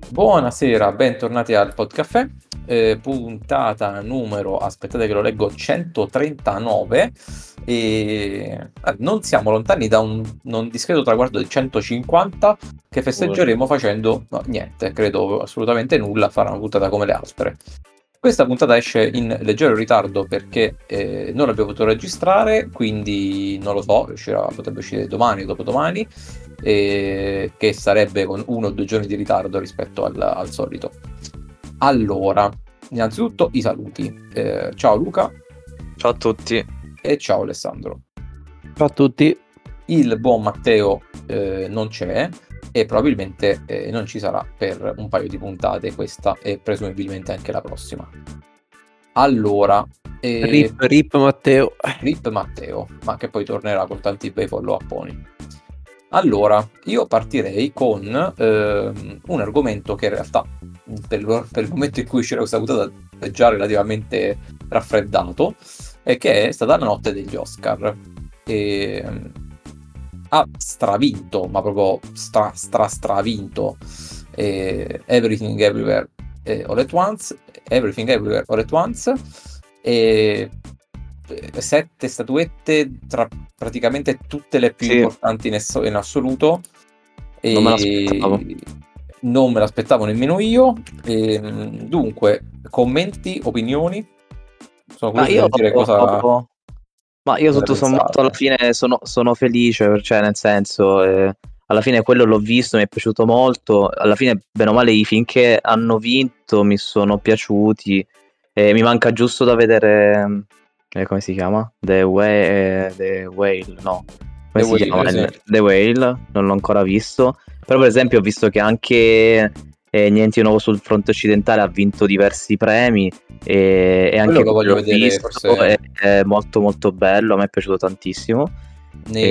Buonasera, bentornati al Podcaffè, puntata numero, aspettate che lo leggo, 139 e non siamo lontani da un non discreto traguardo di 150 che festeggeremo facendo niente, credo assolutamente nulla, farà una puntata come le altre. Questa puntata esce in leggero ritardo perché non l'abbiamo potuto registrare, quindi non lo so, potrebbe uscire domani o dopodomani, che sarebbe con 1 o 2 giorni di ritardo rispetto al solito. Allora, innanzitutto i saluti. Ciao Luca Ciao a tutti. e ciao Alessandro. Ciao a tutti. Il buon Matteo non c'è e probabilmente non ci sarà per un paio di puntate, questa e presumibilmente anche la prossima. Allora, Rip Matteo. Rip Matteo, ma che poi tornerà con tanti bei follow-uponi. Allora, io partirei con un argomento che in realtà per il momento in cui uscirà questa puntata è già relativamente raffreddato, e che è stata la notte degli Oscar. Ha stravinto, ma proprio stravinto Everything Everywhere All at Once, Everything Everywhere All at Once, e 7 statuette tra praticamente tutte le più importanti in assoluto. Non me l'aspettavo. Non me l'aspettavo nemmeno io. Dunque, commenti, opinioni? Sono curioso di dire cosa... Ma io tutto sommato alla fine sono felice, cioè nel senso, alla fine quello l'ho visto, mi è piaciuto molto, alla fine bene o male i film che hanno vinto mi sono piaciuti, mi manca giusto da vedere, come si chiama? The Whale, no, come si chiama? Sì. The Whale, non l'ho ancora visto, però per esempio ho visto che anche Niente di nuovo sul fronte occidentale ha vinto diversi premi e anche quello che voglio vedere visto, forse è molto molto bello, a me è piaciuto tantissimo. nei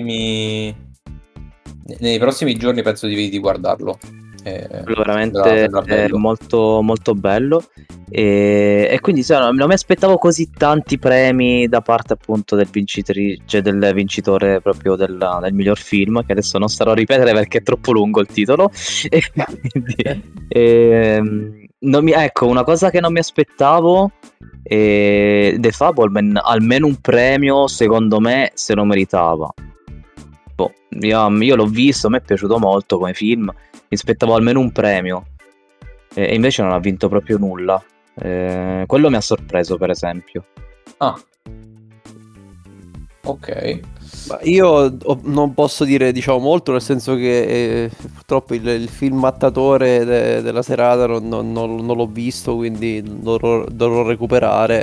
prossimi giorni penso di guardarlo. Quello veramente bello. molto molto bello e quindi non mi aspettavo così tanti premi da parte appunto del vincitore proprio del miglior film, che adesso non starò a ripetere perché è troppo lungo il titolo. Ecco, una cosa che non mi aspettavo, The Fableman almeno un premio secondo me se lo meritava. Io l'ho visto, a me è piaciuto molto come film, mi aspettavo almeno un premio e invece non ha vinto proprio nulla. Quello mi ha sorpreso, per esempio. Ok. Io non posso dire molto, nel senso che purtroppo il film mattatore della serata non l'ho visto, quindi dovrò recuperare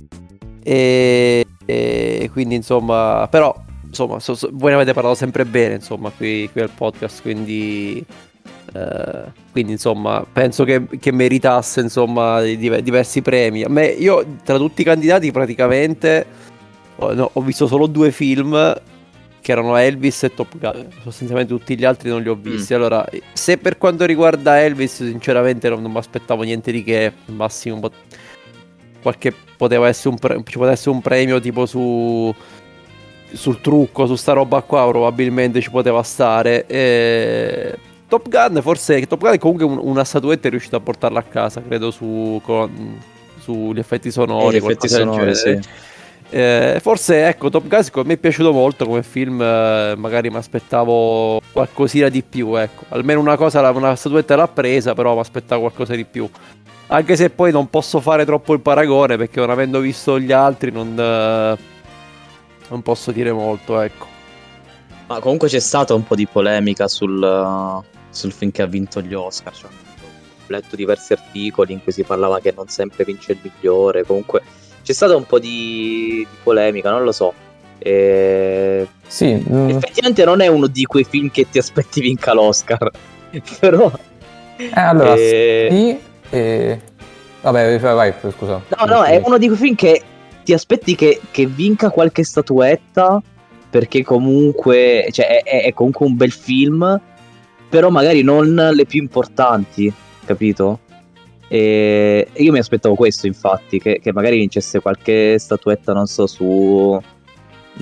e quindi insomma, però insomma voi ne avete parlato sempre bene insomma qui al podcast, quindi insomma penso che meritasse insomma diversi premi. Io tra tutti i candidati praticamente ho visto solo 2 film, che erano Elvis e Top Gun. Sostanzialmente tutti gli altri non li ho visti. Allora, se per quanto riguarda Elvis, sinceramente non mi aspettavo niente di che. Al massimo ci poteva essere un premio tipo sul trucco, su sta roba qua, probabilmente ci poteva stare. Top Gun è comunque una statuetta è riuscito a portarla a casa, credo, sugli effetti sonori. Gli effetti sonori, sì. Forse ecco, Top Gun secondo me è piaciuto molto come film, magari mi aspettavo qualcosina di più, ecco. Almeno una statuetta l'ha presa, però mi aspettavo qualcosa di più. Anche se poi non posso fare troppo il paragone, perché non avendo visto gli altri non posso dire molto, ecco. Ma comunque c'è stata un po' di polemica sul film che ha vinto gli Oscar, cioè, ho letto diversi articoli in cui si parlava che non sempre vince il migliore, comunque c'è stata un po' di polemica, non lo so. Sì. Effettivamente non è uno di quei film che ti aspetti vinca l'Oscar. Però allora sì. Vabbè, vai, scusa. No, è uno di quei film che ti aspetti che vinca qualche statuetta, perché comunque cioè, è comunque un bel film, però magari non le più importanti, capito? E io mi aspettavo questo, infatti, che magari vincesse qualche statuetta, non so, non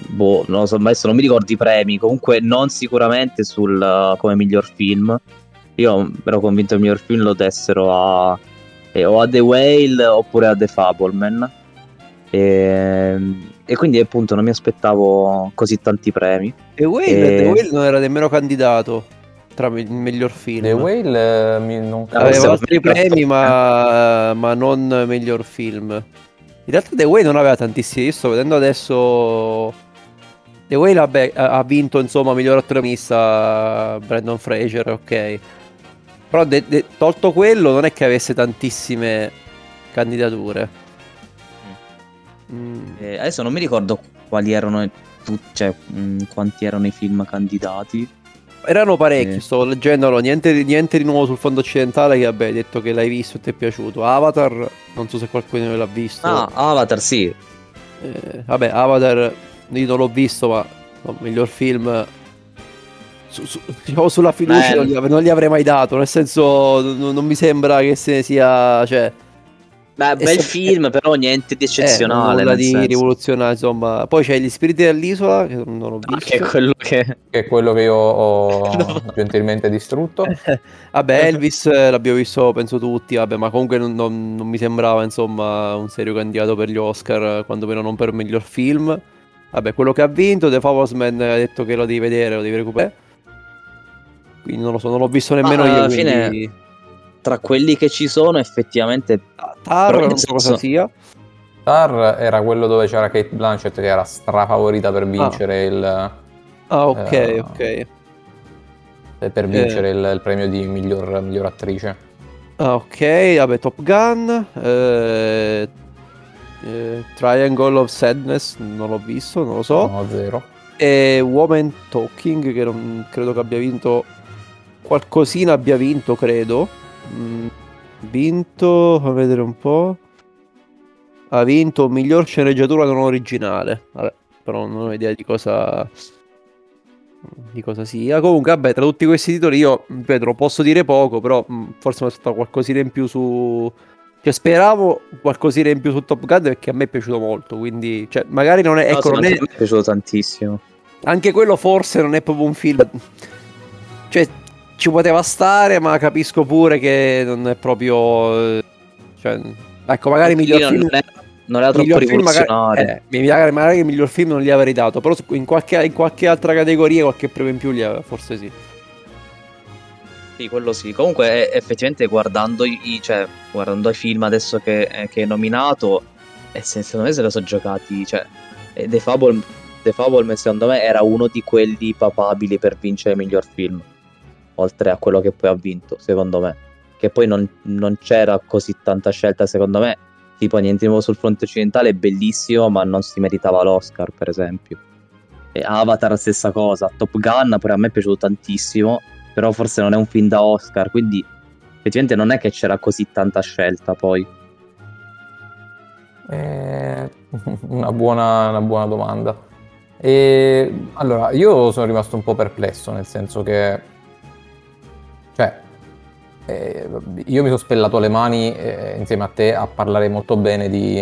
lo so, adesso non mi ricordo i premi, comunque non sicuramente sul come miglior film, Io ero convinto il miglior film lo dessero o a The Whale oppure a The Fableman. E quindi appunto non mi aspettavo così tanti premi. The Whale non era nemmeno candidato tra il miglior film. The Whale non aveva altri premi, ma non miglior film. In realtà The Whale non aveva tantissimi. Io sto vedendo adesso. The Whale vabbè, ha vinto insomma miglior attore protagonista Brendan Fraser, ok. Però tolto quello non è che avesse tantissime candidature. Adesso non mi ricordo quali erano cioè, quanti erano i film candidati. Erano parecchi, sto leggendolo, niente di nuovo sul fondo occidentale, che vabbè, hai detto che l'hai visto e ti è piaciuto. Avatar, non so se qualcuno l'ha visto. Ah, Avatar sì. Vabbè, Avatar io non l'ho visto, ma no, miglior film diciamo sulla fiducia non gli avrei mai dato, nel senso non mi sembra che se ne sia, cioè beh, bel film, però niente di eccezionale, nulla di rivoluzionario, insomma. Poi c'è Gli spiriti dell'isola, che non ho visto, che è quello che io ho gentilmente distrutto. Vabbè, Elvis l'abbiamo visto penso tutti, vabbè, ma comunque non mi sembrava insomma un serio candidato per gli Oscar, quantomeno non per miglior film. Vabbè, quello che ha vinto The Fableman ha detto che lo devi vedere, lo devi recuperare, quindi non lo so, non l'ho visto nemmeno io, alla quindi... fine tra quelli che ci sono effettivamente Tar non so cosa sia. Tar era quello dove c'era Kate Blanchett, che era strafavorita per vincere ok. Per vincere il premio di miglior attrice. Ok, vabbè, Top Gun, Triangle of Sadness, non l'ho visto, non lo so. No, zero. E Woman Talking, che non credo che abbia vinto, qualcosina abbia vinto, credo. Vinto, fa vedere un po'. Ha vinto miglior sceneggiatura non originale. Vabbè, però non ho idea di cosa sia. Comunque, vabbè, tra tutti questi titoli io, Pedro, posso dire poco, però forse mi è stato qualcosina in più su... Cioè, speravo qualcosina in più su Top Gun, perché a me è piaciuto molto, quindi... Cioè, magari non è... Ecco, non è... mi è piaciuto tantissimo. Anche quello forse non è proprio un film... Cioè, ci poteva stare, ma capisco pure che non è proprio... Cioè, ecco, magari miglior film... Non era troppo rivoluzionario. Magari il miglior film non gli avrei dato, però in qualche altra categoria, qualche premio in più forse sì. Sì, quello sì. Comunque, effettivamente, guardando i film adesso che è nominato, secondo me se lo sono giocati. Cioè, The Fableman, secondo me, era uno di quelli papabili per vincere miglior film. Oltre a quello che poi ha vinto, secondo me. Che poi non c'era così tanta scelta, secondo me. Tipo, Niente di nuovo sul fronte occidentale è bellissimo, ma non si meritava l'Oscar, per esempio. E Avatar, stessa cosa. Top Gun, pure a me è piaciuto tantissimo, però forse non è un film da Oscar, quindi effettivamente non è che c'era così tanta scelta poi. Una buona domanda. Allora, io sono rimasto un po' perplesso, nel senso che, cioè, io mi sono spellato le mani insieme a te a parlare molto bene del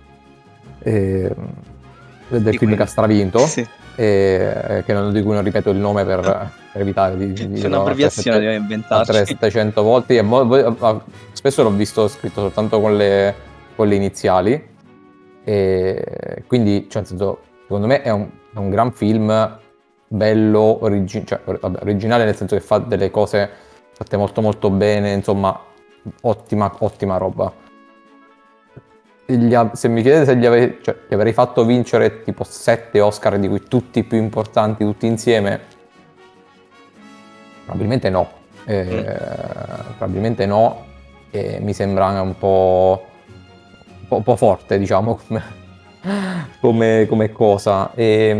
film che ha stravinto, sì. Di cui non ripeto il nome per evitare di c'è un'abbreviazione da inventarci 700 volte, spesso l'ho visto scritto soltanto con le iniziali, e quindi, cioè, nel senso, secondo me è un gran film, bello, originale, nel senso che fa delle cose fatte molto molto bene, insomma, ottima roba. Se mi chiedete se gli avrei fatto vincere tipo 7 Oscar, di cui tutti più importanti, tutti insieme, probabilmente no. Probabilmente no, e mi sembra un po' forte, diciamo, come cosa.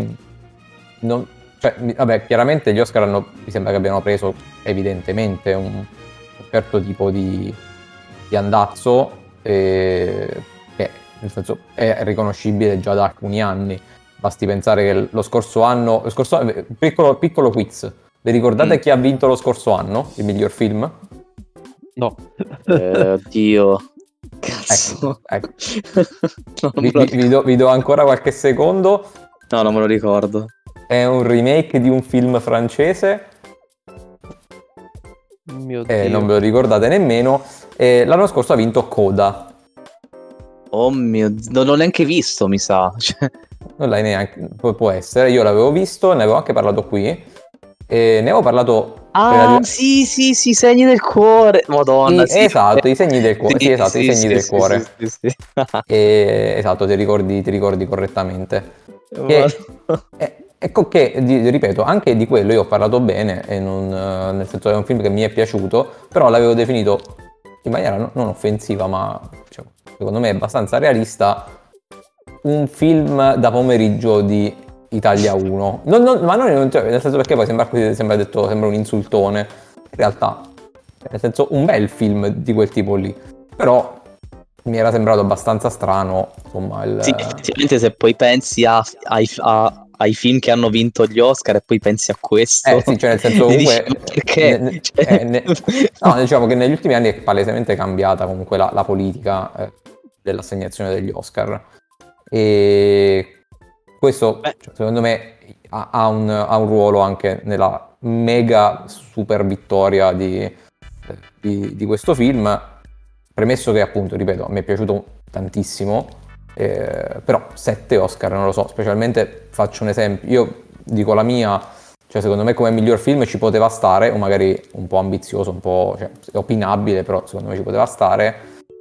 Vabbè, chiaramente gli Oscar mi sembra che abbiano preso evidentemente un certo tipo di andazzo, che nel senso è riconoscibile già da alcuni anni. Basti pensare che lo scorso anno piccolo quiz, vi ricordate chi ha vinto lo scorso anno il miglior film? No. Oddio, cazzo, ecco. Vi do ancora qualche secondo. No, non me lo ricordo. È un remake di un film francese Mio Dio. Non ve lo ricordate nemmeno. L'anno scorso ha vinto Coda. Oh mio Dio, non l'ho neanche visto, mi sa. Cioè, Non l'hai neanche, può essere, io l'avevo visto, ne avevo anche parlato qui, e ne avevo parlato sì, segni del cuore. Madonna, sì. esatto, i segni del cuore, sì, esatto, i segni del cuore. Sì. Esatto, ti ricordi correttamente. Madonna. Ecco che, ripeto, anche di quello io ho parlato bene, e nel senso è un film che mi è piaciuto, però l'avevo definito in maniera non offensiva, ma diciamo, secondo me è abbastanza realista, un film da pomeriggio di Italia 1. Ma non, cioè, nel senso, perché poi sembra un insultone. In realtà, nel senso, un bel film di quel tipo lì. Però mi era sembrato abbastanza strano, insomma, Sì, effettivamente se poi pensi ai film che hanno vinto gli Oscar e poi pensi a questo, sì, cioè nel senso, comunque, perché? no, diciamo che negli ultimi anni è palesemente cambiata comunque la politica dell'assegnazione degli Oscar, e questo cioè, secondo me ha un ruolo anche nella mega super vittoria di questo film, premesso che, appunto, ripeto, mi è piaciuto tantissimo. Però 7 Oscar, non lo so, specialmente faccio un esempio, io dico la mia, cioè secondo me come miglior film ci poteva stare, o magari un po' ambizioso, un po', cioè, opinabile, però secondo me ci poteva stare,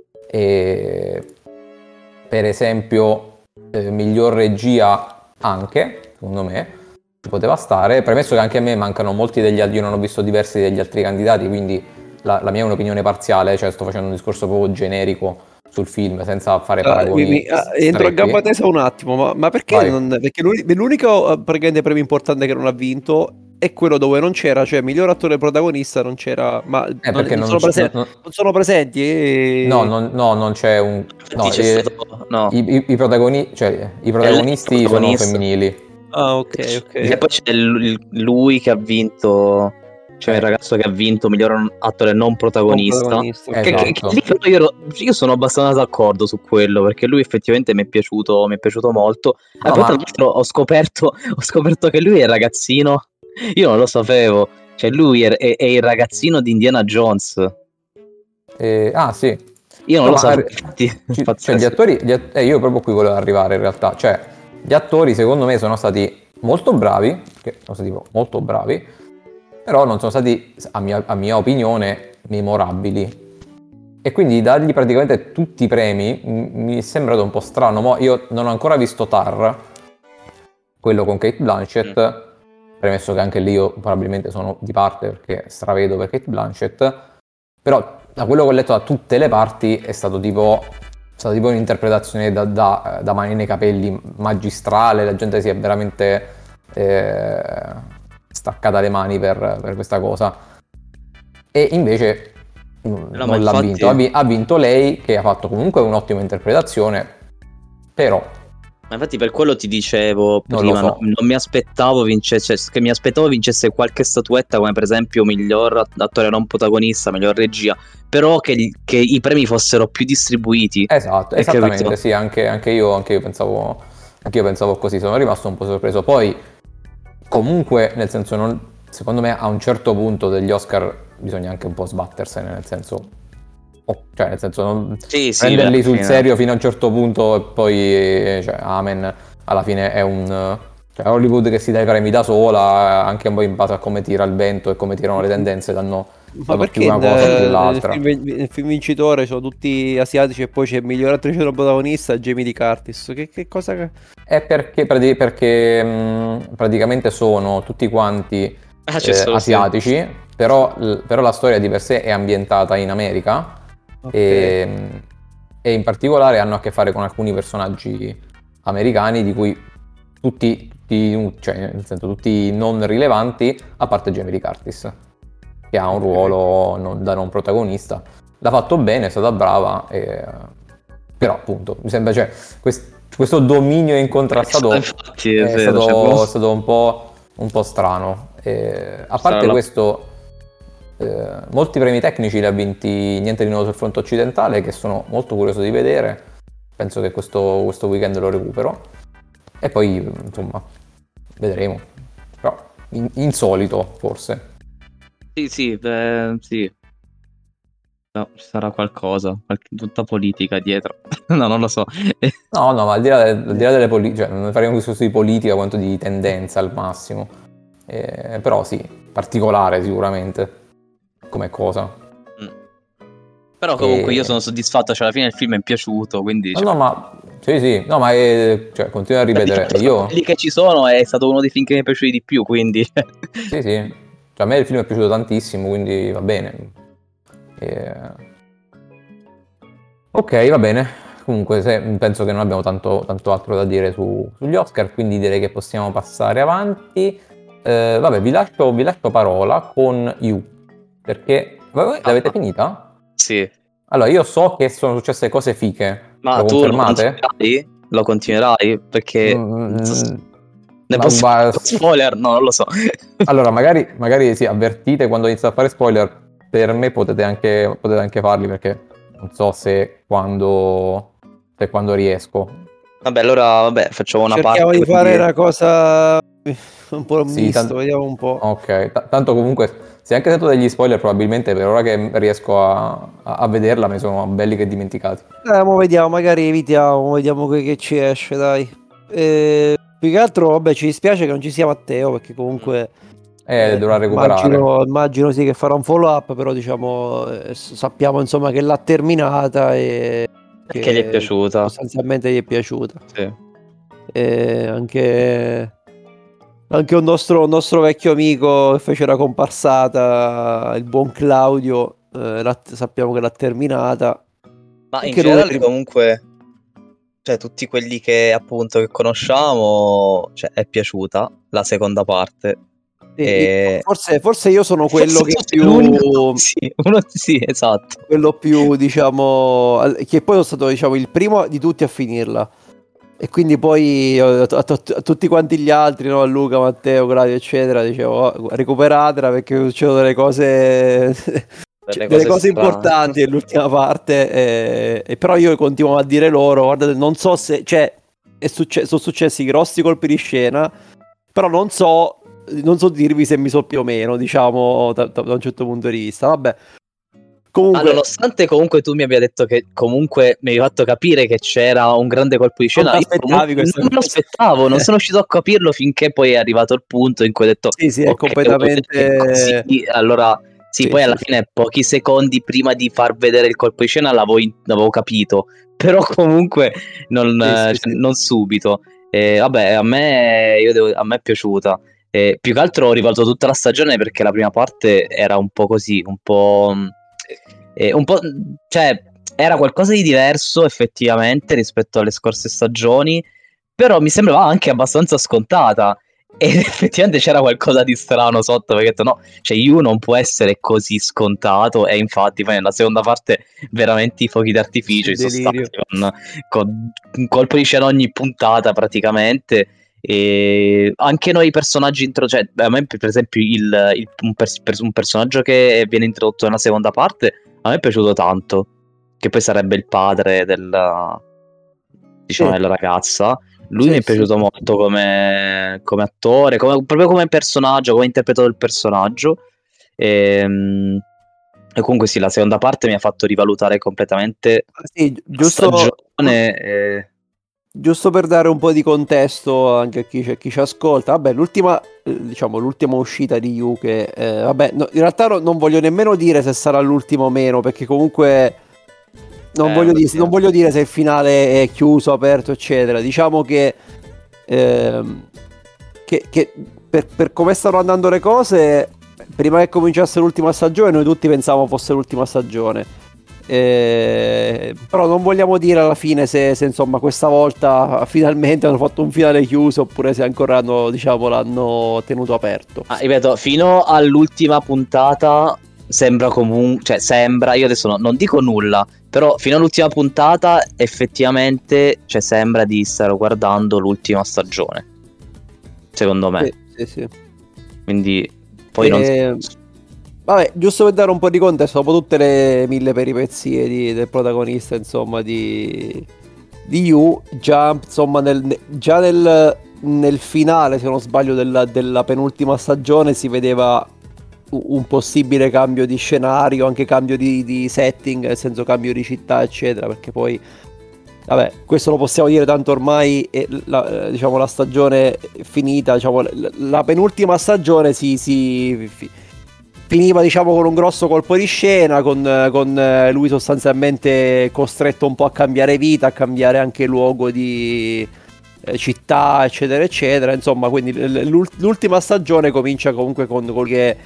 e per esempio miglior regia anche, secondo me ci poteva stare, premesso che anche a me mancano molti io non ho visto diversi degli altri candidati, quindi la mia è un'opinione parziale, cioè sto facendo un discorso proprio generico sul film senza fare paragoni entro a gamba tesa un attimo, ma perché perché l'unico praticamente premio importante che non ha vinto è quello dove non c'era, cioè miglior attore protagonista non c'era, ma non sono presenti no, non c'è un i protagonisti sono femminili. Ah, ok. E poi c'è lui che ha vinto, cioè il ragazzo che ha vinto miglior attore non protagonista. Esatto. Io sono abbastanza d'accordo su quello, perché lui effettivamente mi è piaciuto molto. Poi tra l'altro ho scoperto che lui è il ragazzino, io non lo sapevo, cioè lui è il ragazzino di Indiana Jones. Sì. Io non lo sapevo. Cioè, gli attori, io proprio qui volevo arrivare in realtà, cioè gli attori secondo me sono stati molto bravi, molto bravi, però non sono stati, a mia opinione, memorabili. E quindi dargli praticamente tutti i premi mi è sembrato un po' strano. Io non ho ancora visto Tar, quello con Cate Blanchett, premesso che anche lì io probabilmente sono di parte perché stravedo per Cate Blanchett, però da quello che ho letto da tutte le parti è stato tipo un'interpretazione da mani nei capelli magistrale, la gente si è veramente staccata le mani per questa cosa, e invece non l'ha vinto, ha vinto lei, che ha fatto comunque un'ottima interpretazione, però ma infatti per quello ti dicevo prima, non mi aspettavo vincesse qualche statuetta, come per esempio miglior attore non protagonista, miglior regia, però che i premi fossero più distribuiti. Esatto, esattamente, capito? Sì, anche io pensavo così, sono rimasto un po' sorpreso. Poi comunque, nel senso, secondo me a un certo punto degli Oscar bisogna anche un po' sbattersene, nel senso, cioè nel senso non prenderli sul serio fino a un certo punto e poi, cioè, amen, alla fine è cioè Hollywood che si dà i premi da sola, anche un po' in base a come tira il vento e come tirano le tendenze, danno perché più una cosa più l'altra. Nel film vincitore sono tutti asiatici e poi c'è il miglior attrice non protagonista, Jamie Lee Curtis. Che cosa che... È perché praticamente sono tutti quanti asiatici, sì. Però la storia di per sé è ambientata in America, okay. E in particolare hanno a che fare con alcuni personaggi americani di cui tutti cioè nel senso tutti non rilevanti, a parte Jamie Lee Curtis, che ha un ruolo da non protagonista. L'ha fatto bene, è stata brava, però appunto mi sembra, cioè, questo dominio incontrastato è stato un po' strano. A parte questo, molti premi tecnici li ha vinti Niente di nuovo sul fronte occidentale, che sono molto curioso di vedere. Penso che questo weekend lo recupero. E poi, insomma, vedremo. Però insolito, forse. Sì, sì. No, ci sarà qualcosa, tutta politica dietro. No, non lo so. No, ma al di là, delle politiche, cioè, non faremo un discorso di politica quanto di tendenza al massimo. Però sì, particolare sicuramente come cosa. Però comunque io sono soddisfatto, cioè alla fine il film mi è piaciuto, quindi... No, ma sì, no, ma cioè, continuo a ripetere, io... Quelli che ci sono è stato uno dei film che mi è piaciuti di più, quindi... Sì, cioè, a me il film è piaciuto tantissimo, quindi va bene. Ok, va bene. Comunque penso che non abbiamo tanto altro da dire sugli Oscar, quindi direi che possiamo passare avanti. Vabbè, vi lascio parola con You, perché... Voi l'avete finita? Sì. Allora, io so che sono successe cose fiche. Ma Lo tu confermate? lo continuerai? Perché... ne posso fare spoiler? No, non lo so. Allora, magari sì, avvertite quando inizio a fare spoiler. Per me potete anche farli, perché non so se quando riesco. Vabbè, allora facciamo una Cerchiamo parte. di fare una cosa un po' Sì, misto, vediamo un po'. Ok, tanto comunque, se anche dato degli spoiler, probabilmente per ora che riesco a vederla, me sono belli che dimenticati. Mo vediamo, magari evitiamo, vediamo che ci esce, dai. Più che altro, vabbè, ci dispiace che non ci sia Matteo, perché comunque... dovrà recuperare. Immagino sì che farà un follow up, però diciamo sappiamo insomma che l'ha terminata e che gli è piaciuta. Sostanzialmente gli è piaciuta. Sì. E anche un nostro vecchio amico che fece la comparsata, il buon Claudio, sappiamo che l'ha terminata. Ma in Anche generale lui... comunque, cioè tutti quelli che appunto che conosciamo, cioè è piaciuta la seconda parte. Forse io sono quello che più... Sì, esatto. Quello più, diciamo, che poi sono stato, diciamo, il primo di tutti a finirla. E quindi poi a tutti quanti gli altri, no? Luca, Matteo, Claudio, eccetera, dicevo, recuperatela perché succedono delle cose... delle cose importanti nell'ultima parte. E però io continuo a dire loro, guardate, non so se... Cioè, sono successi grossi colpi di scena, però non so dirvi se mi so più o meno, diciamo, da un certo punto di vista. Vabbè. Comunque, nonostante comunque tu mi abbia detto che comunque mi hai fatto capire che c'era un grande colpo di scena, non me lo aspettavo, non sono riuscito a capirlo finché poi è arrivato il punto in cui ho detto sì, è completamente così, allora sì, poi alla fine pochi secondi prima di far vedere il colpo di scena l'avevo capito, però comunque non subito. Vabbè, a me è piaciuta. Più che altro ho rivalutato tutta la stagione perché la prima parte era un po' così, un po', cioè era qualcosa di diverso effettivamente rispetto alle scorse stagioni, però mi sembrava anche abbastanza scontata ed effettivamente c'era qualcosa di strano sotto, perché ho detto no, cioè You non può essere così scontato, e infatti poi nella seconda parte veramente i fuochi d'artificio sono stati con un colpo di scena ogni puntata praticamente. E anche noi personaggi cioè a me per esempio un personaggio che viene introdotto nella seconda parte a me è piaciuto tanto, che poi sarebbe il padre della ragazza. Lui mi è piaciuto molto come attore, proprio come personaggio, come interpretato il personaggio. E comunque sì, la seconda parte mi ha fatto rivalutare completamente la stagione. Giusto per dare un po' di contesto anche a chi ci ascolta, vabbè, l'ultima uscita di You che, vabbè, no, in realtà non voglio nemmeno dire se sarà l'ultimo o meno, perché comunque non voglio dire se il finale è chiuso, aperto, eccetera. Diciamo che per come stanno andando le cose, prima che cominciasse l'ultima stagione, noi tutti pensavamo fosse l'ultima stagione. Però non vogliamo dire alla fine se insomma questa volta finalmente hanno fatto un finale chiuso oppure se ancora l'hanno tenuto aperto. Ripeto, fino all'ultima puntata sembra comunque, io adesso non dico nulla, però fino all'ultima puntata effettivamente sembra di stare guardando l'ultima stagione, secondo me. Sì. Quindi poi vabbè, giusto per dare un po' di contesto, dopo tutte le 1000 peripezie del protagonista, insomma, di You, già insomma nel finale, se non sbaglio, della penultima stagione si vedeva un possibile cambio di scenario, anche cambio di setting, nel senso cambio di città, eccetera, perché poi, vabbè, questo lo possiamo dire tanto ormai, diciamo, la stagione è finita, diciamo, la penultima stagione finiva, diciamo, con un grosso colpo di scena, con lui sostanzialmente costretto un po' a cambiare vita, a cambiare anche luogo di città, eccetera, eccetera. Insomma, quindi l'ultima stagione comincia comunque con quello che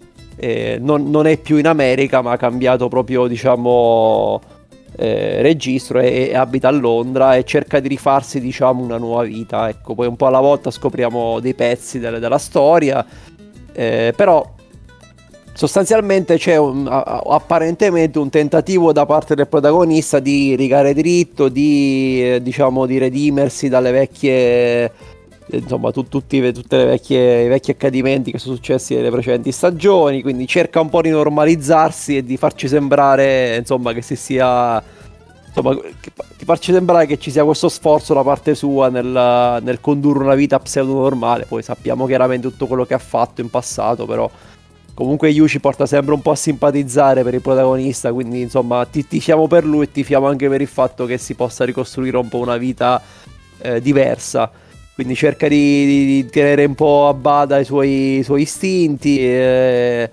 non è più in America, ma ha cambiato proprio, diciamo, registro e abita a Londra e cerca di rifarsi, diciamo, una nuova vita. Ecco, poi un po' alla volta scopriamo dei pezzi della storia, però sostanzialmente c'è apparentemente un tentativo da parte del protagonista di rigare dritto, di diciamo di redimersi dalle vecchie, insomma, tutte le vecchie, i vecchi accadimenti che sono successi nelle precedenti stagioni, quindi cerca un po' di normalizzarsi e di farci sembrare, insomma, che si sia, insomma, di farci sembrare che ci sia questo sforzo da parte sua nel condurre una vita pseudo normale. Poi sappiamo chiaramente tutto quello che ha fatto in passato, però comunque Yu ci porta sempre un po' a simpatizzare per il protagonista, quindi insomma tifiamo per lui e tifiamo anche per il fatto che si possa ricostruire un po' una vita diversa. Quindi cerca di tenere un po' a bada i suoi istinti e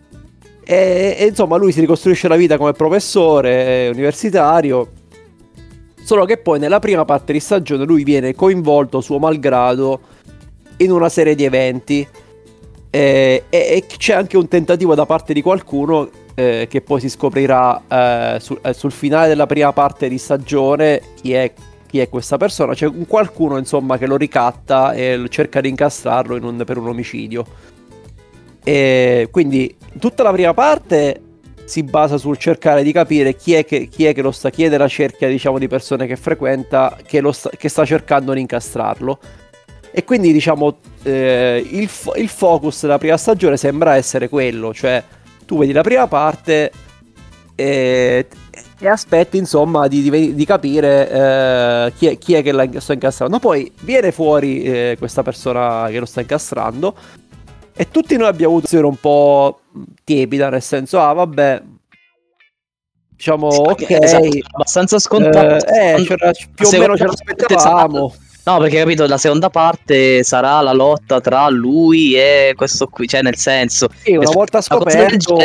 insomma lui si ricostruisce la vita come professore universitario, solo che poi nella prima parte di stagione lui viene coinvolto suo malgrado in una serie di eventi. E c'è anche un tentativo da parte di qualcuno che poi si scoprirà sul finale della prima parte di stagione chi è questa persona. C'è un qualcuno, insomma, che lo ricatta e cerca di incastrarlo per un omicidio. E quindi tutta la prima parte si basa sul cercare di capire chi è che lo sta, chi è della cerchia, diciamo, di persone che frequenta, che sta cercando di incastrarlo. E quindi, diciamo, il focus della prima stagione sembra essere quello, cioè tu vedi la prima parte e aspetti, insomma, di capire chi è che la sta incastrando. Poi viene fuori questa persona che lo sta incastrando e tutti noi abbiamo avuto un po' tiepida, nel senso, vabbè, diciamo, ok, esatto, abbastanza scontato. più o meno ce l'aspettavamo. No, perché capito, la seconda parte sarà la lotta tra lui e questo qui, cioè nel senso, sì, una volta scoperto,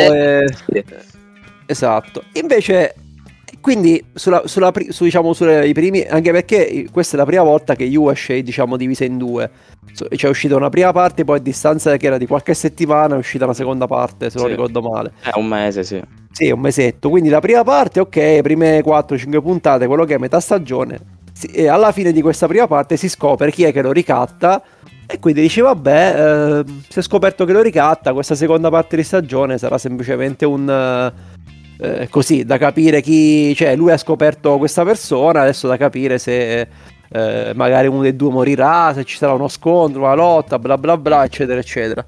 esatto. Invece, quindi diciamo sui primi, anche perché questa è la prima volta che Yu esce, diciamo, divisa in due. C'è uscita una prima parte, poi a distanza che era di qualche settimana è uscita la seconda parte, se non ricordo male. Un mese, sì. Sì, un mesetto. Quindi la prima parte, ok, prime 4-5 puntate, quello che è metà stagione. E alla fine di questa prima parte si scopre chi è che lo ricatta e quindi dice, vabbè, si è scoperto che lo ricatta, questa seconda parte di stagione sarà semplicemente un così, da capire chi, cioè lui ha scoperto questa persona, adesso da capire se magari uno dei due morirà, se ci sarà uno scontro, una lotta, bla bla bla, eccetera eccetera.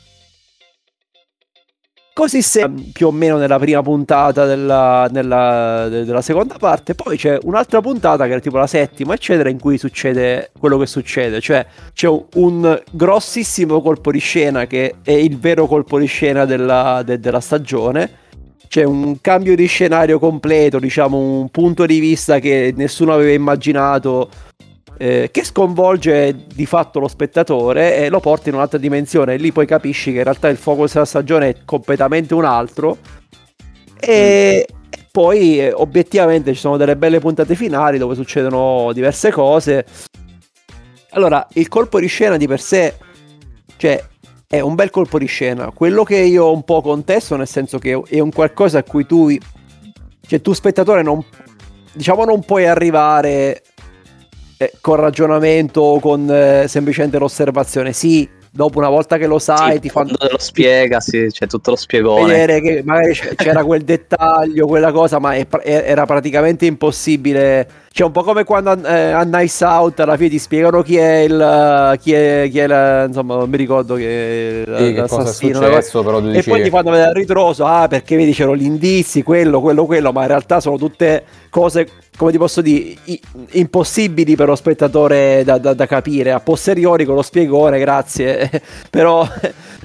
Così sembra più o meno nella prima puntata della seconda parte. Poi c'è un'altra puntata che è tipo la settima, eccetera, in cui succede quello che succede. Cioè c'è un grossissimo colpo di scena che è il vero colpo di scena della stagione. C'è un cambio di scenario completo, diciamo un punto di vista che nessuno aveva immaginato, che sconvolge di fatto lo spettatore e lo porta in un'altra dimensione, e lì poi capisci che in realtà il focus della stagione è completamente un altro e poi obiettivamente ci sono delle belle puntate finali dove succedono diverse cose. Allora, il colpo di scena di per sé, cioè, è un bel colpo di scena. Quello che io ho un po' contesto, nel senso che è un qualcosa a cui tu spettatore non puoi arrivare con ragionamento o con semplicemente l'osservazione. Sì, dopo una volta che lo sai, sì, ti fanno te lo spiega, sì, c'è tutto lo spiegone. Vedere che magari c'era quel dettaglio, quella cosa, ma era praticamente impossibile. Cioè, un po' come quando a Nice Out alla fine ti spiegano chi è insomma, non mi ricordo che che cosa è successo, però tu dici... E poi ti fanno vedere a ritroso, perché vedi c'erano gli indizi, quello, ma in realtà sono tutte cose, come ti posso dire, impossibili per lo spettatore da capire a posteriori con lo spiegone, grazie. Però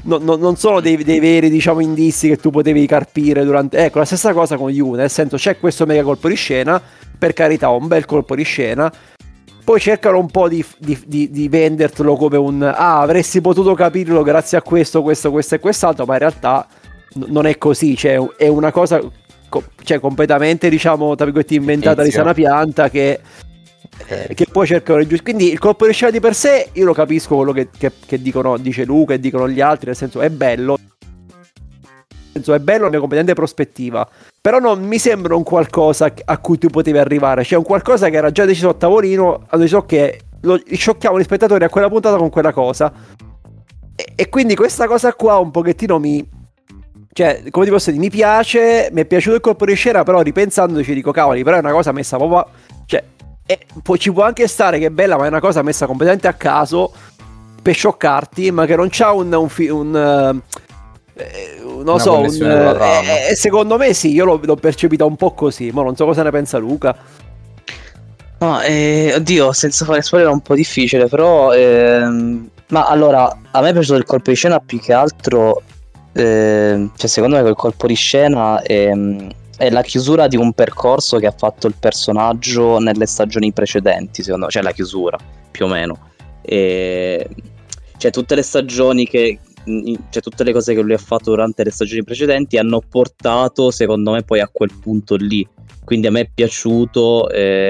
non sono dei veri, diciamo, indizi che tu potevi carpire durante. Ecco, la stessa cosa con Yu, nel senso c'è questo mega colpo di scena, per carità, un bel colpo di scena. Poi cercano un po' di vendertelo come avresti potuto capirlo grazie a questo e quest'altro, ma in realtà non è così, cioè è una cosa completamente, diciamo, tra virgolette, inventata di sana pianta che poi cercano di quindi il colpo di scena di per sé io lo capisco, quello che dice Luca e dicono gli altri, nel senso è bello nella competente prospettiva, però non mi sembra un qualcosa a cui tu potevi arrivare, cioè un qualcosa che era già deciso a tavolino, hanno deciso che sciocchiamo gli spettatori a quella puntata con quella cosa, e quindi questa cosa qua un pochettino cioè, come ti posso dire, mi piace, mi è piaciuto il colpo di scena, però ripensandoci dico cavoli, però è una cosa messa proprio, cioè poi ci può anche stare che è bella, ma è una cosa messa completamente a caso per scioccarti, ma che non c'ha non so, secondo me sì, io l'ho percepita un po' così, ma non so cosa ne pensa Luca. No, oddio, senza fare spoiler è un po' difficile, però ma allora, a me è piaciuto il colpo di scena più che altro, cioè secondo me quel colpo di scena è la chiusura di un percorso che ha fatto il personaggio nelle stagioni precedenti, secondo me, cioè la chiusura, più o meno. Cioè tutte le stagioni cioè tutte le cose che lui ha fatto durante le stagioni precedenti hanno portato, secondo me, poi a quel punto lì. Quindi a me è piaciuto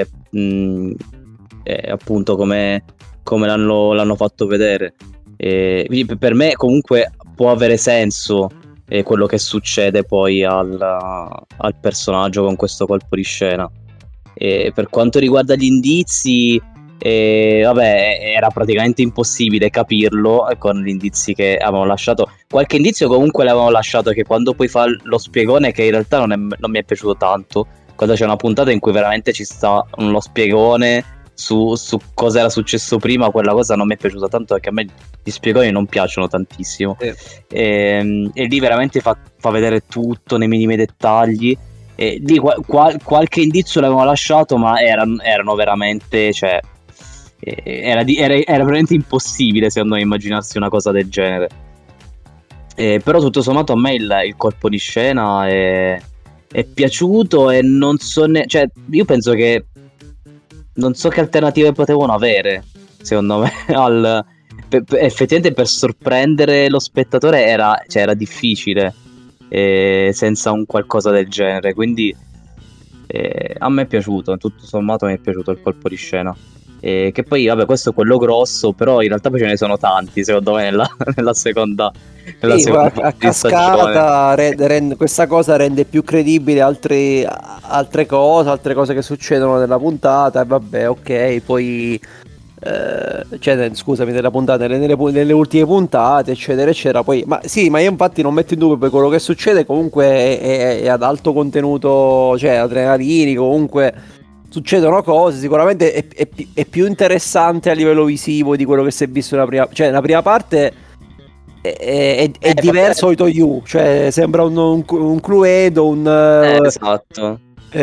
appunto come l'hanno fatto vedere. Quindi per me comunque può avere senso quello che succede poi al personaggio con questo colpo di scena. Per quanto riguarda gli indizi, vabbè, era praticamente impossibile capirlo con gli indizi che avevano lasciato. Qualche indizio comunque l'avevano lasciato, che quando poi fa lo spiegone, che in realtà non mi è piaciuto tanto, quando c'è una puntata in cui veramente ci sta lo spiegone su cosa era successo prima, quella cosa non mi è piaciuta tanto, perché a me gli spiegoni non piacciono tantissimo. E lì veramente fa vedere tutto nei minimi dettagli. Lì qualche indizio l'avevano lasciato, ma erano veramente, cioè era veramente impossibile secondo me immaginarsi una cosa del genere. Però tutto sommato a me il colpo di scena è piaciuto, e non so cioè io penso che non so che alternative potevano avere, secondo me, effettivamente per sorprendere lo spettatore era difficile senza un qualcosa del genere, quindi a me è piaciuto, tutto sommato mi è piaciuto il colpo di scena. Che poi vabbè, questo è quello grosso, però in realtà poi ce ne sono tanti secondo me nella seconda a cascata questa cosa rende più credibile altre cose che succedono nella puntata, e vabbè, ok, poi cioè, scusami, nella puntata, nelle ultime puntate, eccetera eccetera. Poi ma io infatti non metto in dubbio, per quello che succede comunque è ad alto contenuto, cioè adrenalinico, comunque succedono cose, sicuramente è più interessante a livello visivo di quello che si è visto nella prima, cioè nella prima parte è diverso solito You, cioè sembra un Cluedo, esatto.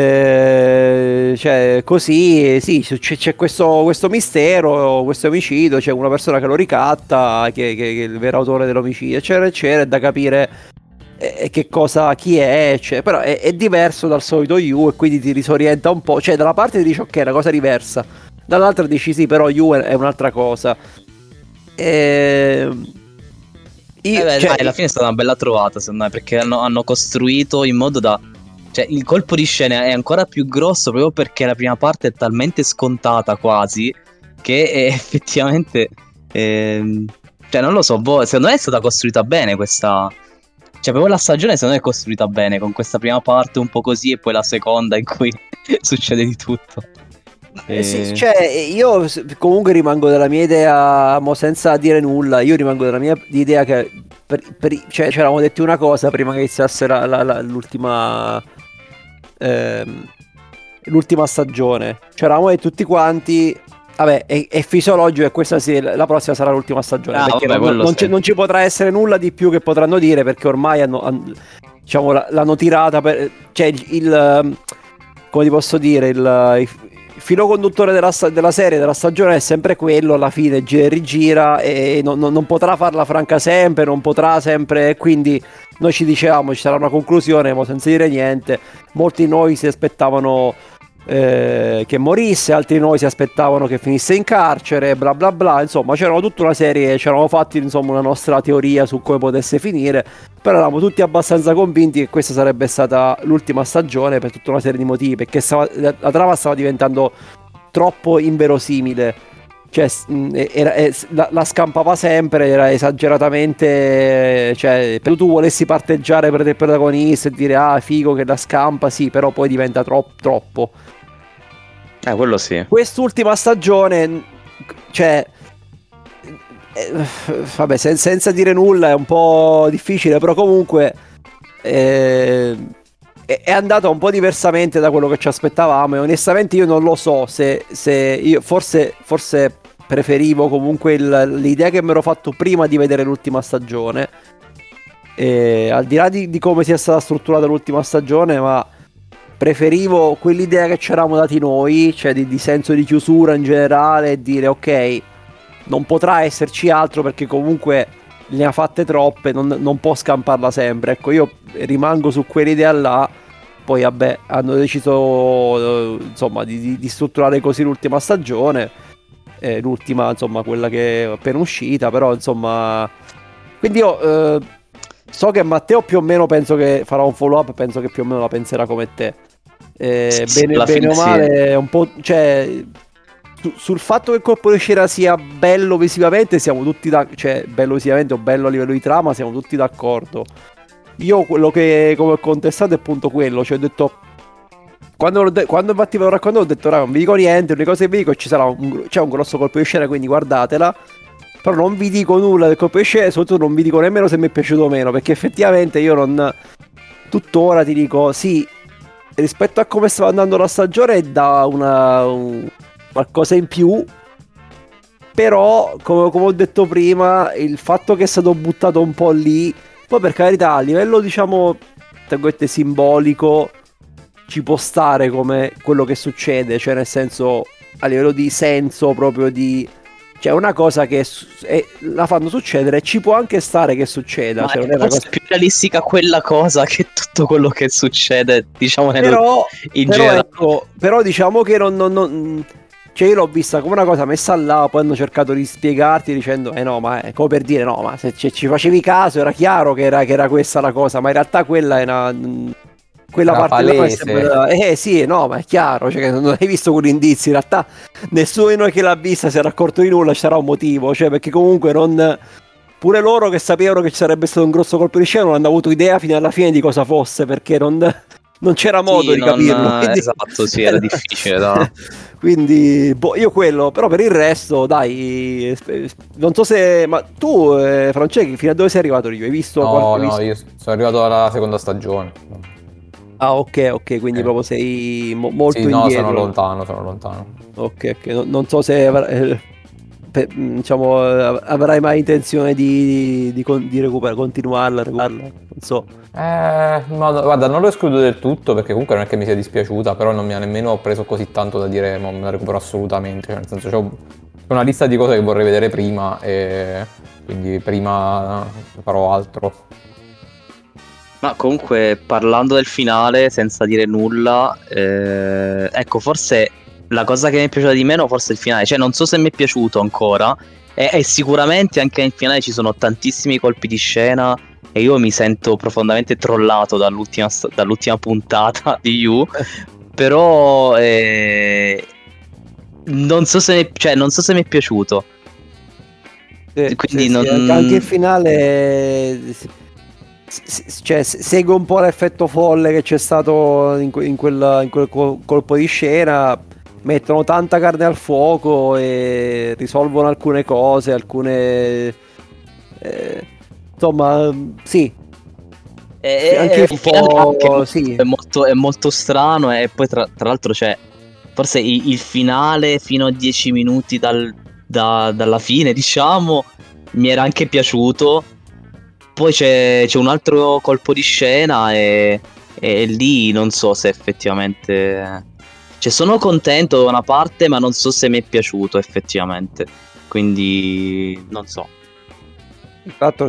Cioè così sì, c'è questo mistero, questo omicidio, c'è una persona che lo ricatta, che è il vero autore dell'omicidio, eccetera eccetera, è da capire chi è, cioè, però è diverso dal solito You, e quindi ti risorienta un po', cioè da una parte ti dici ok, è una cosa diversa, dall'altra dici sì, però You è un'altra cosa. Dai, alla fine è stata una bella trovata secondo me, perché hanno costruito in modo da, cioè il colpo di scena è ancora più grosso proprio perché la prima parte è talmente scontata quasi che effettivamente cioè non lo so, secondo me è stata costruita bene questa, cioè proprio la stagione secondo me è costruita bene, con questa prima parte un po' così e poi la seconda in cui succede di tutto. Sì, cioè io comunque rimango della mia idea, senza dire nulla, io rimango della mia idea che cioè ci eravamo detti una cosa prima che iniziasse l'ultima stagione, c'eravamo detti tutti quanti vabbè, è fisiologico, e questa la prossima sarà l'ultima stagione, perché vabbè, non ci potrà essere nulla di più che potranno dire, perché ormai diciamo l'hanno tirata cioè come ti posso dire, il filo conduttore della serie, della stagione è sempre quello, alla fine gira e rigira e non potrà farla franca sempre, non potrà sempre, quindi noi ci dicevamo ci sarà una conclusione, ma senza dire niente. Molti di noi si aspettavano che morisse, altri di noi si aspettavano che finisse in carcere, bla bla bla, insomma c'erano tutta una serie, ci eravamo fatti insomma una nostra teoria su come potesse finire, però eravamo tutti abbastanza convinti che questa sarebbe stata l'ultima stagione per tutta una serie di motivi, perché la trama stava diventando troppo inverosimile, cioè la scampava sempre, era esageratamente, cioè tu volessi parteggiare per il protagonista e dire ah figo che la scampa, sì, però poi diventa troppo. Quello sì. Quest'ultima stagione, cioè vabbè, senza dire nulla è un po' difficile, però comunque è andata un po' diversamente da quello che ci aspettavamo, e onestamente io non lo so se io forse preferivo comunque l'idea che mi ero fatto prima di vedere l'ultima stagione, al di là di come sia stata strutturata l'ultima stagione, ma preferivo quell'idea che ci eravamo dati noi, cioè di senso di chiusura in generale, e dire ok, non potrà esserci altro perché comunque ne ha fatte troppe, non può scamparla sempre. Ecco, io rimango su quell'idea là. Poi vabbè, hanno deciso insomma di strutturare così l'ultima stagione, l'ultima insomma quella che è appena uscita, però insomma, quindi io so che Matteo più o meno penso che farà un follow up, penso che più o meno la penserà come te, bene o male sì. Un po', cioè sul fatto che il colpo di scena sia bello visivamente siamo tutti cioè bello visivamente o bello a livello di trama siamo tutti d'accordo. Io quello che come ho contestato è appunto quello, cioè ho detto quando infatti ve lo racconto ho detto raga non vi dico niente, l'unica cosa che vi dico è c'è un grosso colpo di scena, quindi guardatela, però non vi dico nulla del colpo di scena, soprattutto non vi dico nemmeno se mi è piaciuto o meno, perché effettivamente io non tuttora ti dico sì, rispetto a come stava andando la stagione è da qualcosa in più, però come ho detto prima il fatto che è stato buttato un po' lì, poi per carità a livello diciamo tra virgolette simbolico ci può stare come quello che succede, cioè nel senso a livello di senso proprio di, cioè una cosa che la fanno succedere, ci può anche stare che succeda, cioè, non è una cosa più realistica quella cosa che tutto quello che succede diciamo in generale. Ecco, però diciamo che non cioè io l'ho vista come una cosa messa là, poi hanno cercato di spiegarti dicendo no ma è come per dire no ma se ci facevi caso era chiaro che era questa la cosa, ma in realtà quella era quella era parte là sì no ma è chiaro, cioè che non hai visto quell'indizio, in realtà nessuno di noi che l'ha vista si era accorto di nulla, c'era un motivo, cioè perché comunque pure loro che sapevano che ci sarebbe stato un grosso colpo di scena non hanno avuto idea fino alla fine di cosa fosse, perché non c'era modo di capirlo, quindi... esatto, sì, era difficile da... Quindi io quello, però per il resto dai, non so se, ma tu Franceschi fino a dove sei arrivato lì? Hai visto? No, io sono arrivato alla seconda stagione. Ah ok, quindi proprio sei molto sì, indietro. no, sono lontano. Ok, non so se diciamo avrai mai intenzione di recuperare, continuarla, non so. No, guarda, non lo escludo del tutto perché comunque non è che mi sia dispiaciuta, però non mi ha nemmeno preso così tanto da dire me la recupero assolutamente, cioè nel senso c'ho una lista di cose che vorrei vedere prima e quindi prima farò altro. Ma comunque parlando del finale senza dire nulla, ecco forse la cosa che mi è piaciuta di meno forse è il finale, cioè non so se mi è piaciuto ancora e sicuramente anche nel finale ci sono tantissimi colpi di scena e io mi sento profondamente trollato dall'ultima puntata di You, però non so se mi è piaciuto, quindi anche il finale cioè segue un po' l'effetto folle che c'è stato in quel colpo di scena, mettono tanta carne al fuoco e risolvono alcune cose, insomma sì, anche un po' sì. È molto strano e poi tra l'altro c'è forse il finale fino a 10 minuti dalla fine diciamo mi era anche piaciuto, poi c'è un altro colpo di scena e lì non so se effettivamente Cioè, sono contento da una parte, ma non so se mi è piaciuto effettivamente. Quindi non so. Infatti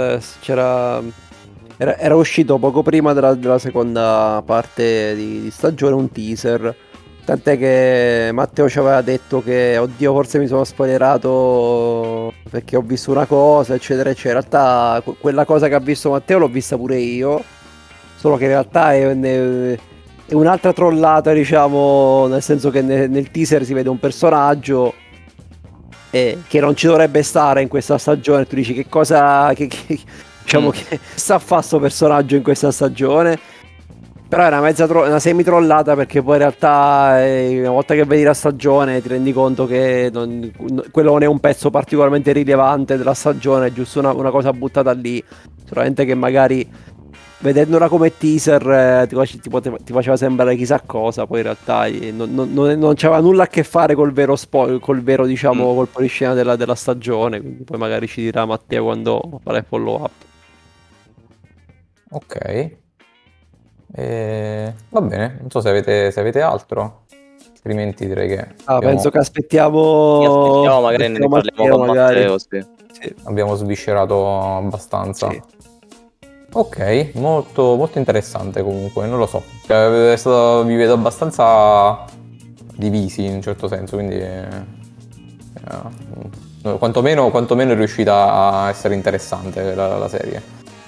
era uscito poco prima della seconda parte di stagione un teaser. Tant'è che Matteo ci aveva detto che, oddio, forse mi sono spoilerato perché ho visto una cosa, eccetera, eccetera. In realtà quella cosa che ha visto Matteo l'ho vista pure io, solo che in realtà è un'altra trollata, diciamo, nel senso che nel teaser si vede un personaggio che non ci dovrebbe stare in questa stagione. Tu dici che cosa, diciamo, che sta a fare sto personaggio in questa stagione? Però è una semi trollata, perché poi in realtà una volta che vedi la stagione ti rendi conto che quello non è un pezzo particolarmente rilevante della stagione, è giusto una cosa buttata lì. Solamente che magari vedendola come teaser ti faceva sembrare chissà cosa, poi in realtà non c'aveva nulla a che fare col vero spoiler, col vero, diciamo, colpo di scena della stagione. Quindi poi magari ci dirà Matteo quando farà il follow up. Ok. Va bene, non so se avete altro, altrimenti direi che Penso che aspettiamo magari ne parliamo con Matteo, sì. abbiamo sviscerato abbastanza. Sì. Ok, molto, molto interessante comunque, non lo so. Vi vedo abbastanza divisi in un certo senso, quindi quantomeno è riuscita a essere interessante la serie.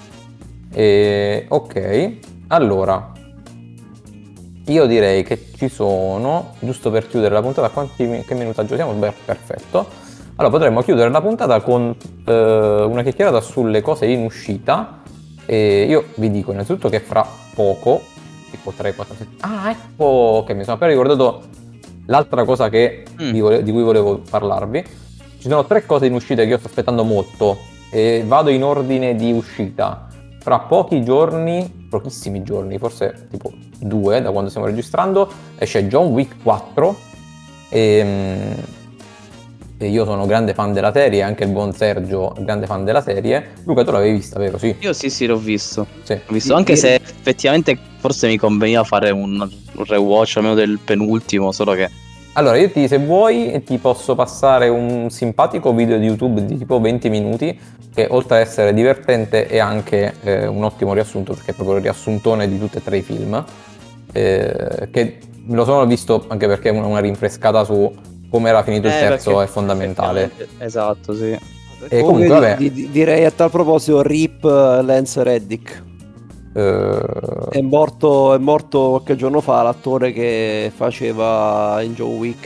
Ok, allora io direi che ci sono, giusto per chiudere la puntata, che minutaggio siamo? Beh, perfetto. Allora potremmo chiudere la puntata con una chiacchierata sulle cose in uscita. Io vi dico innanzitutto che fra poco, tipo 3-4 settimane, ecco che mi sono appena ricordato l'altra cosa che di cui volevo parlarvi. Ci sono 3 cose in uscita che io sto aspettando molto e vado in ordine di uscita. Fra pochi giorni, pochissimi giorni, forse tipo 2 da quando stiamo registrando, esce John Wick 4 e io sono grande fan della serie, anche il buon Sergio è grande fan della serie. Luca, tu l'avevi vista, vero? Sì. Io sì, l'ho visto. Sì. L'ho visto, anche se effettivamente forse mi conveniva fare un rewatch almeno del penultimo, solo che... Allora, io se vuoi ti posso passare un simpatico video di YouTube di tipo 20 minuti che oltre ad essere divertente è anche un ottimo riassunto, perché è proprio il riassuntone di tutti e 3 i film, che me lo sono visto anche perché una rinfrescata su come era finito il terzo è fondamentale. Esatto, sì. E comunque vabbè. Direi a tal proposito, RIP Lance Reddick. È morto qualche giorno fa l'attore che faceva in John Wick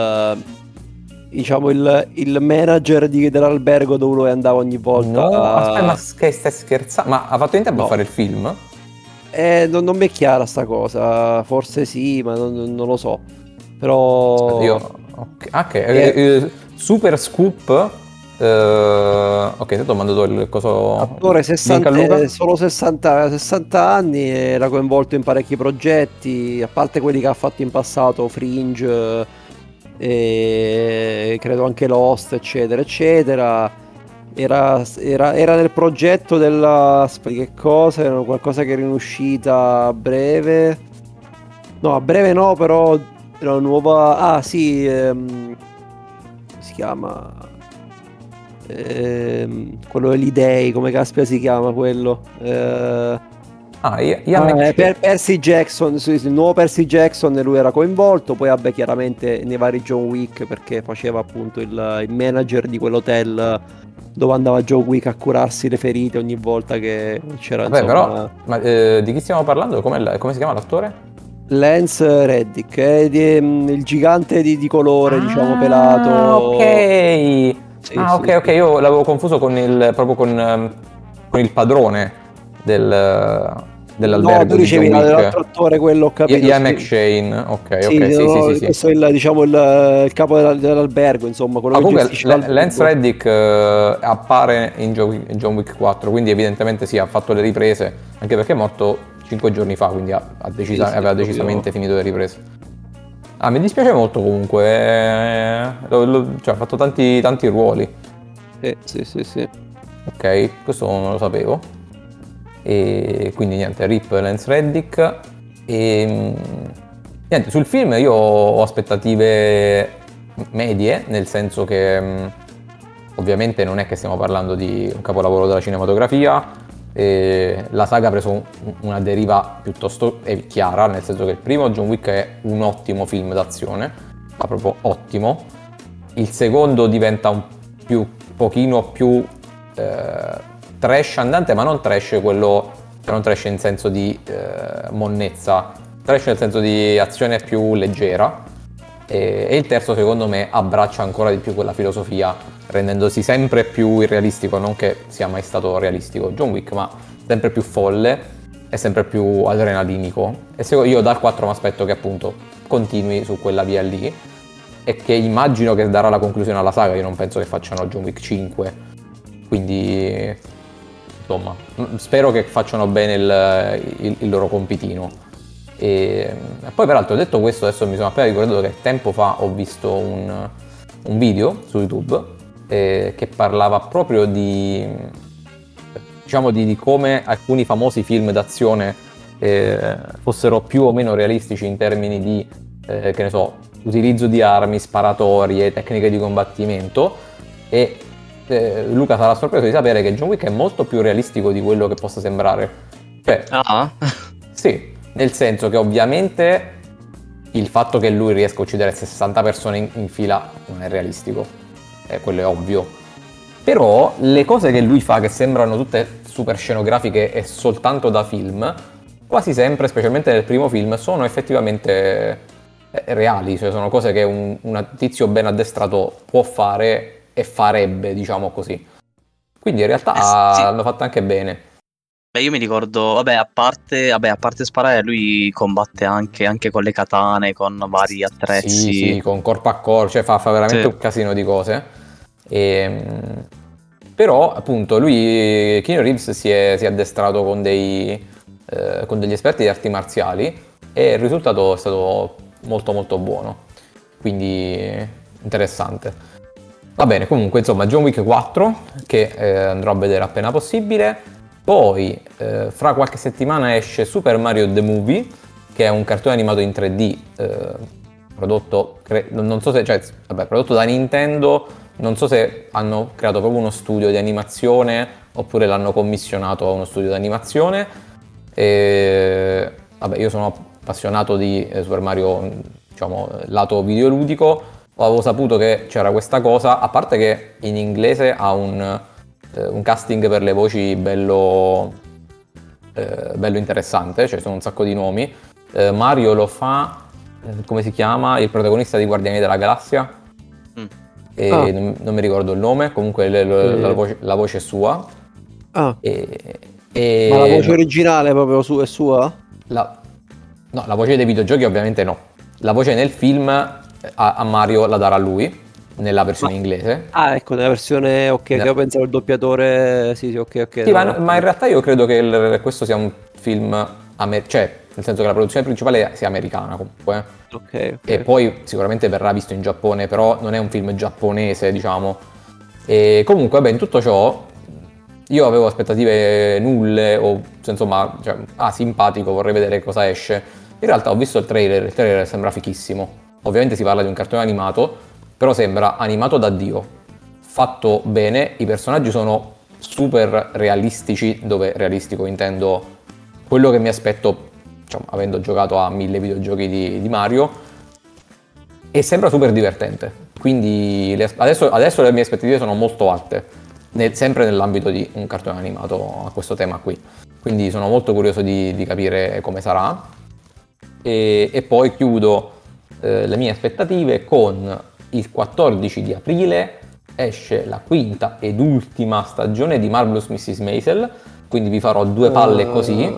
il manager dell'albergo dove lui andava ogni volta. No, aspetta, ma che stai scherzando? Ma ha fatto in tempo a fare il film? Non mi è chiara sta cosa, forse sì, ma non lo so. Però ok, super scoop. Ok, ti ho mandato il coso. Attore solo 60 anni, era coinvolto in parecchi progetti, a parte quelli che ha fatto in passato, Fringe, e credo anche Lost, eccetera eccetera. Era nel progetto della... che cosa? Era qualcosa che era in uscita a breve. No, a breve no, però era una nuova... Ah sì, si chiama... quello degli dei, come caspita si chiama quello? Percy Jackson, sì, il nuovo Percy Jackson, e lui era coinvolto. Poi vabbè, chiaramente nei vari John Wick, perché faceva appunto il manager di quell'hotel dove andava John Wick a curarsi le ferite ogni volta che c'era. Vabbè, però, ma di chi stiamo parlando? Come si chiama l'attore? Lance Reddick, è il gigante di colore, diciamo, pelato. Ok. Sì, ok, io l'avevo confuso con il padrone dell'albergo. No, tu dicevi l'altro attore, quello ho capito. Ian McShane, ok, sì. Questo è il capo dell'albergo, insomma, quello comunque che Lance Reddick appare in John Wick 4, quindi evidentemente sì, ha fatto le riprese, anche perché è morto 5 giorni fa, quindi aveva decisamente finito le riprese. Mi dispiace molto comunque, cioè, ha fatto tanti ruoli. Sì. Ok, questo non lo sapevo. E quindi niente, RIP Lance Reddick. E Niente, sul film io ho aspettative medie, nel senso che ovviamente non è che stiamo parlando di un capolavoro della cinematografia, la saga ha preso una deriva piuttosto chiara, nel senso che il primo John Wick è un ottimo film d'azione, ma proprio ottimo. Il secondo diventa un pochino più trash andante, ma non trash quello, non trash in senso di monnezza, trash nel senso di azione più leggera. E il terzo secondo me abbraccia ancora di più quella filosofia, rendendosi sempre più irrealistico, non che sia mai stato realistico John Wick, ma sempre più folle e sempre più adrenalinico. E io dal 4 mi aspetto che appunto continui su quella via lì, e che immagino che darà la conclusione alla saga. Io non penso che facciano John Wick 5, quindi insomma spero che facciano bene il loro compitino. E poi peraltro, detto questo, adesso mi sono appena ricordato che tempo fa ho visto un video su YouTube che parlava proprio di, diciamo, di come alcuni famosi film d'azione fossero più o meno realistici in termini di che ne so, utilizzo di armi, sparatorie, tecniche di combattimento. E Luca sarà sorpreso di sapere che John Wick è molto più realistico di quello che possa sembrare. Cioè, sì, nel senso che ovviamente il fatto che lui riesca a uccidere 60 persone in fila non è realistico, quello è ovvio. Però le cose che lui fa, che sembrano tutte super scenografiche e soltanto da film, quasi sempre, specialmente nel primo film, sono effettivamente reali, cioè sono cose che un tizio ben addestrato può fare e farebbe, diciamo così. Quindi in realtà sì. l'hanno fatto anche bene. Beh, io mi ricordo, a parte sparare, lui combatte anche con le katane, con vari attrezzi. Sì, con corpo a corpo, cioè fa veramente Sì. un casino di cose. Però appunto lui, Keanu Reeves, si è addestrato con degli esperti di arti marziali, e il risultato è stato molto molto buono, quindi interessante. Va bene, comunque insomma John Wick 4 che andrò a vedere appena possibile. Poi fra qualche settimana esce Super Mario The Movie, che è un cartone animato in 3D prodotto, non so se, cioè, prodotto da Nintendo. Non so se hanno creato proprio uno studio di animazione oppure l'hanno commissionato a uno studio di animazione. Io sono appassionato di Super Mario, diciamo, lato videoludico. Avevo saputo che c'era questa cosa, a parte che in inglese ha un casting per le voci bello interessante, cioè sono un sacco di nomi. Mario lo fa, come si chiama, il protagonista di Guardiani della Galassia? Non mi ricordo il nome, comunque la voce è sua. Ma la voce originale proprio è sua? No, la voce dei videogiochi ovviamente no. La voce nel film a Mario la darà lui, nella versione inglese. Ecco, nella versione che io pensavo il doppiatore. Sì, ok. Sì, ma in realtà io credo che questo sia un film cioè, nel senso che la produzione principale sia americana comunque. Ok. E poi sicuramente verrà visto in Giappone, però non è un film giapponese, diciamo. E comunque, in tutto ciò io avevo aspettative nulle, o insomma, cioè, simpatico, vorrei vedere cosa esce. In realtà ho visto il trailer sembra fichissimo. Ovviamente si parla di un cartone animato, però sembra animato da Dio, fatto bene, i personaggi sono super realistici, dove realistico intendo quello che mi aspetto, diciamo, avendo giocato a 1000 videogiochi di Mario, e sembra super divertente. Quindi adesso le mie aspettative sono molto alte, sempre nell'ambito di un cartone animato a questo tema qui. Quindi sono molto curioso di capire come sarà. E poi chiudo le mie aspettative con il 14 di aprile esce la quinta ed ultima stagione di Marvelous Mrs. Maisel, quindi vi farò due palle così.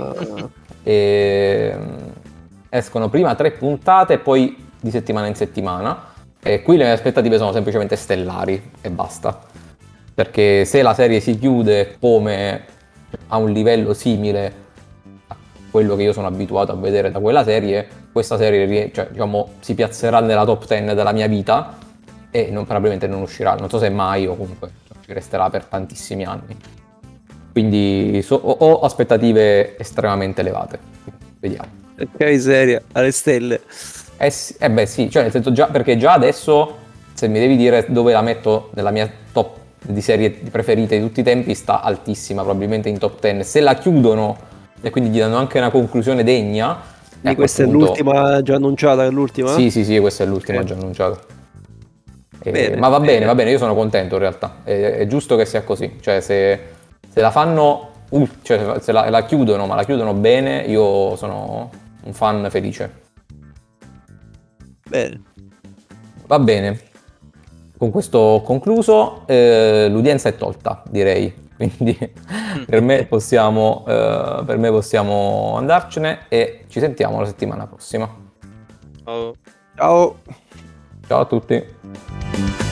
Escono prima 3 puntate e poi di settimana in settimana, e qui le mie aspettative sono semplicemente stellari e basta, perché se la serie si chiude come a un livello simile a quello che io sono abituato a vedere da quella serie, questa serie, cioè, diciamo, si piazzerà nella top 10 della mia vita e probabilmente non uscirà, non so se mai, o comunque ci resterà per tantissimi anni. Quindi ho aspettative estremamente elevate. Vediamo. Che miseria, alle stelle. Beh sì, cioè nel senso perché già adesso, se mi devi dire dove la metto nella mia top di serie preferite di tutti i tempi, sta altissima, probabilmente in top 10. Se la chiudono e quindi gli danno anche una conclusione degna... Quindi questa è l'ultima già annunciata, è l'ultima? Sì, questa è l'ultima già annunciata. Bene, ma va bene, io sono contento in realtà, è giusto che sia così, cioè se la fanno, cioè se la chiudono, ma la chiudono bene, io sono un fan felice. Bene. Va bene, con questo ho concluso, l'udienza è tolta, direi, quindi per me possiamo andarcene e ci sentiamo la settimana prossima. Oh. Ciao. Ciao a tutti.